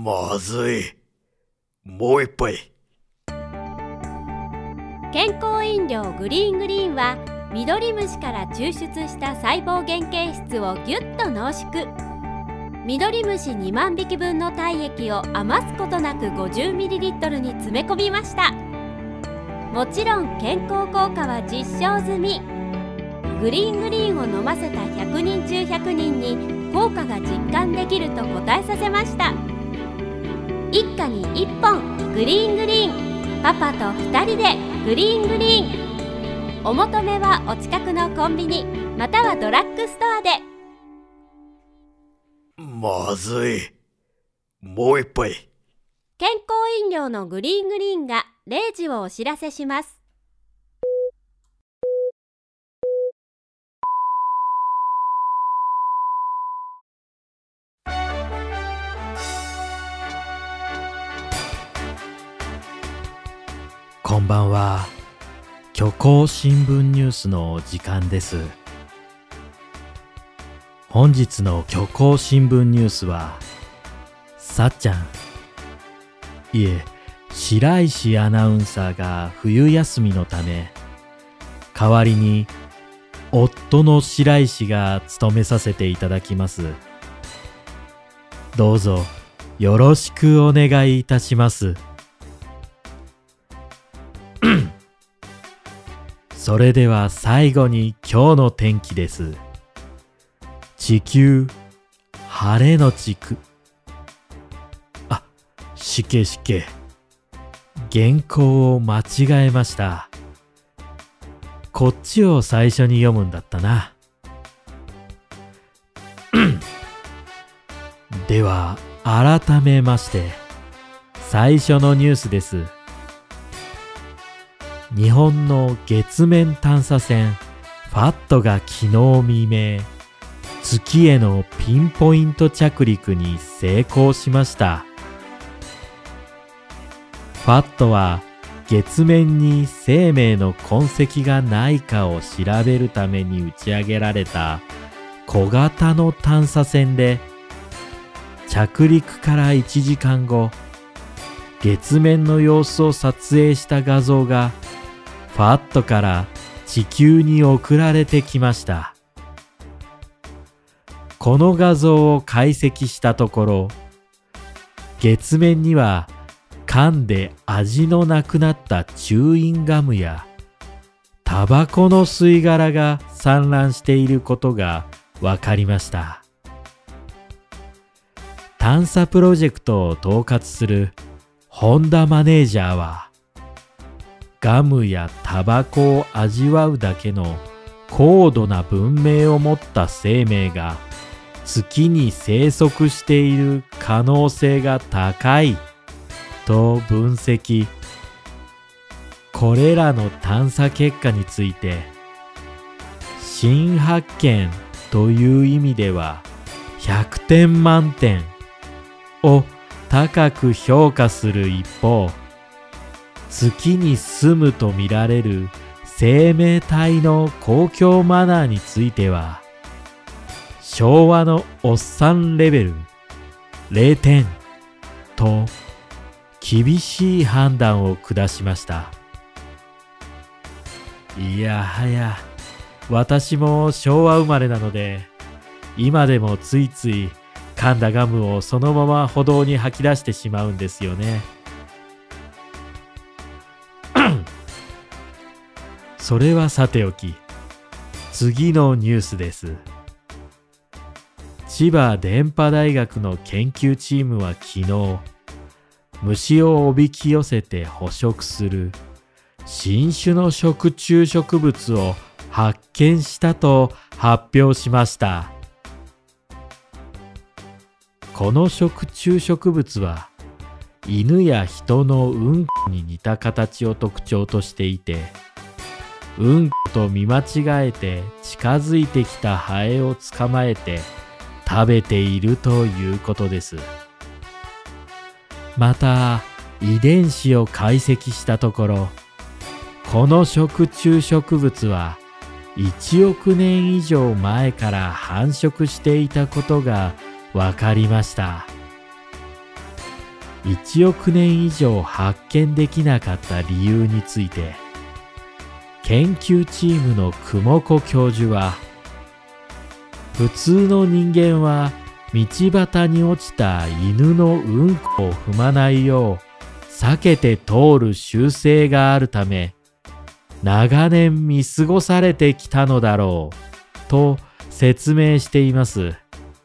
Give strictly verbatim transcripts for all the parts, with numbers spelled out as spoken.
まずい。もう一杯。 健康飲料グリーングリーンはミドリムシから抽出した細胞原型質をぎゅっと濃縮。ミドリムシにまんびきぶんの体液を余すことなく ごじゅうミリリットル に詰め込みました。もちろん健康効果は実証済み。グリーングリーンを飲ませたひゃくにん中ひゃくにんに効果が実感できると答えさせました。一家にいっぽんグリーングリーン、パパとふたりでグリーングリーン。お求めはお近くのコンビニまたはドラッグストアで。 まずい。もう一杯。 健康飲料のグリーングリーンがれいじをお知らせします。 こんばんは。虚構新聞ニュースの時間です。本日の虚構新聞ニュースは、さっちゃん、いえ、白石アナウンサーが冬休みのため、代わりに夫の白石が務めさせていただきます。どうぞよろしくお願いいたします。それでは最後に今日の天気です。地球、晴れのちく。あ、しけしけ。原稿を間違えました。こっちを最初に読むんだったな。では、改めまして、最初のニュースです。日本の月面探査船ファットが昨日未明、月へのピンポイント着陸に成功しました。ファットは月面に生命の痕跡がないかを調べるために打ち上げられた小型の探査船で、着陸からいちじかんご、月面の様子を撮影した画像がファットから地球に送られてきました。この画像を解析したところ、月面には噛んで味のなくなったチューインガムやタバコの吸い殻が散乱していることが分かりました。探査プロジェクトを統括する本田マネージャーは、ガムやタバコを味わうだけの高度な文明を持った生命が月に生息している可能性が高いと分析。これらの探査結果について、新発見という意味ではひゃくてん満点を高く評価する一方、月に住むとみられる生命体の公共マナーについては、昭和のおっさんレベルれいてんと厳しい判断を下しました。いやはや、私も昭和生まれなので、今でもついつい噛んだガムをそのまま歩道に吐き出してしまうんですよね。それはさておき、次のニュースです。千葉電波大学の研究チームは昨日、虫をおびき寄せて捕食する新種の食虫植物を発見したと発表しました。この食虫植物は、犬や人のうんこに似た形を特徴としていて、うんこと見間違えて近づいてきたハエを捕まえて食べているということです。また、遺伝子を解析したところ、この食虫植物はいちおくねん以上前から繁殖していたことが分かりました。 いちおくねん以上発見できなかった理由について、研究チームの雲子教授は、普通の人間は道端に落ちた犬のうんこを踏まないよう避けて通る習性があるため、長年見過ごされてきたのだろうと説明しています。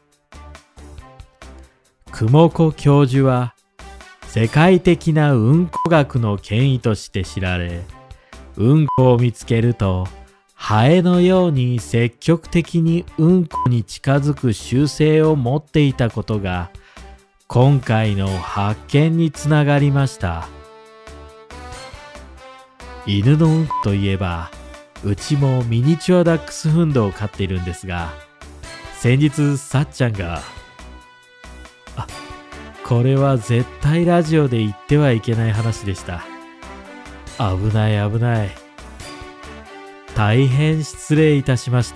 雲子教授は世界的なうんこ学の権威として知られ、うんこを見つけるとハエのように積極的にうんこに近づく習性を持っていたことが今回の発見につながりました。犬のうんこといえば、うちもミニチュアダックスフンドを飼っているんですが、先日さっちゃんが、あ、これは絶対ラジオで言ってはいけない話でした。危ない危ない。大変失礼いたしました。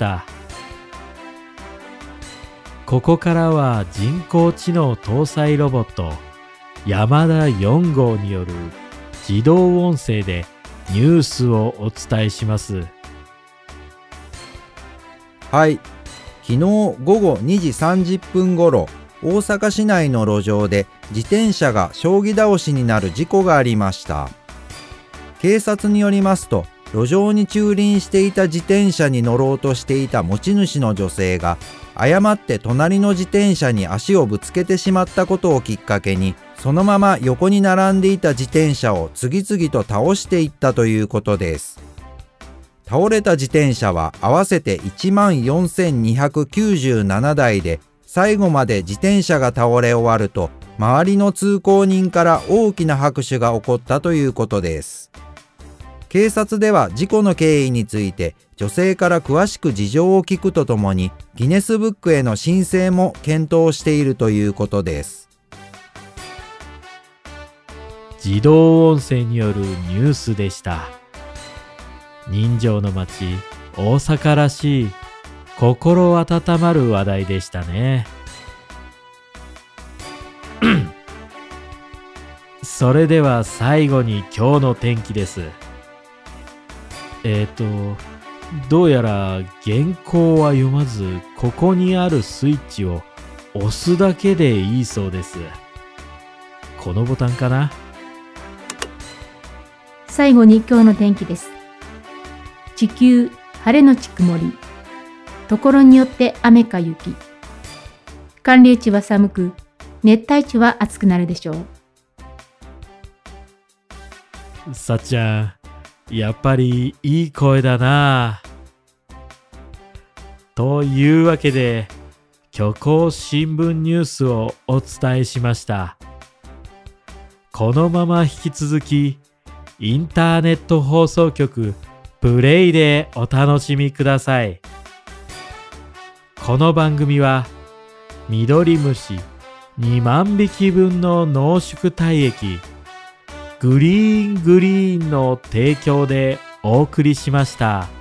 ここからは人工知能搭載ロボット山田よん号による自動音声でニュースをお伝えします。 はい、昨日午後にじさんじゅっぷんごろ、大阪市内の路上で自転車が将棋倒しになる事故がありました。警察によりますと、路上に駐輪していた自転車に乗ろうとしていた持ち主の女性が誤って隣の自転車に足をぶつけてしまったことをきっかけに、そのまま横に並んでいた自転車を次々と倒していったということです。倒れた自転車は合わせて いちまんよんせんにひゃくきゅうじゅうななだいで、最後まで自転車が倒れ終わると周りの通行人から大きな拍手が起こったということです。警察では事故の経緯について女性から詳しく事情を聞くとともに、ギネスブックへの申請も検討しているということです。 自動音声によるニュースでした。人情の町大阪らしい心温まる話題でしたね。それでは最後に今日の天気です。えっとどうやら原稿は読まず、ここにあるスイッチを押すだけでいいそうです。このボタンかな。 最後に今日の天気です。地球晴れのち曇り、ところによって雨か雪。寒冷地は寒く、熱帯地は暑くなるでしょう。さっちゃん、やっぱりいい声だな。というわけで、虚構新聞ニュースをお伝えしました。このまま引き続き、インターネット放送局プレイでお楽しみください。この番組は、緑虫にまんびきぶんの濃縮体液、グリーングリーンの提供でお送りしました。